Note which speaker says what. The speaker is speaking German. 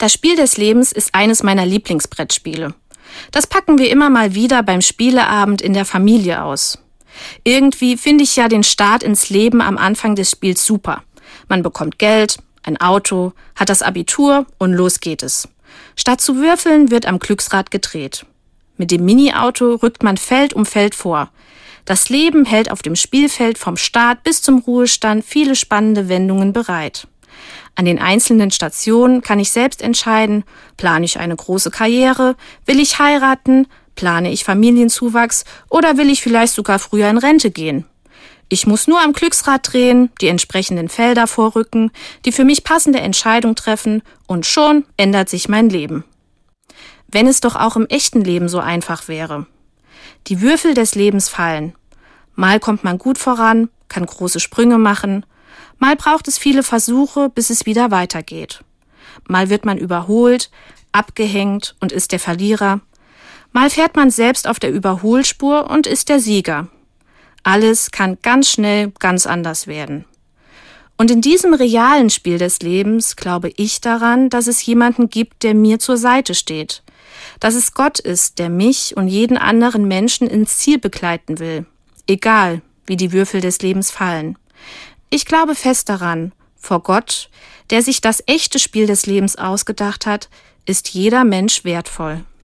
Speaker 1: Das Spiel des Lebens ist eines meiner Lieblingsbrettspiele. Das packen wir immer mal wieder beim Spieleabend in der Familie aus. Irgendwie finde ich ja den Start ins Leben am Anfang des Spiels super. Man bekommt Geld, ein Auto, hat das Abitur und los geht es. Statt zu würfeln wird am Glücksrad gedreht. Mit dem Mini-Auto rückt man Feld um Feld vor. Das Leben hält auf dem Spielfeld vom Start bis zum Ruhestand viele spannende Wendungen bereit. An den einzelnen Stationen kann ich selbst entscheiden, plane ich eine große Karriere, will ich heiraten, plane ich Familienzuwachs oder will ich vielleicht sogar früher in Rente gehen. Ich muss nur am Glücksrad drehen, die entsprechenden Felder vorrücken, die für mich passende Entscheidung treffen und schon ändert sich mein Leben. Wenn es doch auch im echten Leben so einfach wäre. Die Würfel des Lebens fallen. Mal kommt man gut voran, kann große Sprünge machen. Mal braucht es viele Versuche, bis es wieder weitergeht. Mal wird man überholt, abgehängt und ist der Verlierer. Mal fährt man selbst auf der Überholspur und ist der Sieger. Alles kann ganz schnell ganz anders werden. Und in diesem realen Spiel des Lebens glaube ich daran, dass es jemanden gibt, der mir zur Seite steht. Dass es Gott ist, der mich und jeden anderen Menschen ins Ziel begleiten will. Egal, wie die Würfel des Lebens fallen. Ich glaube fest daran, vor Gott, der sich das echte Spiel des Lebens ausgedacht hat, ist jeder Mensch wertvoll.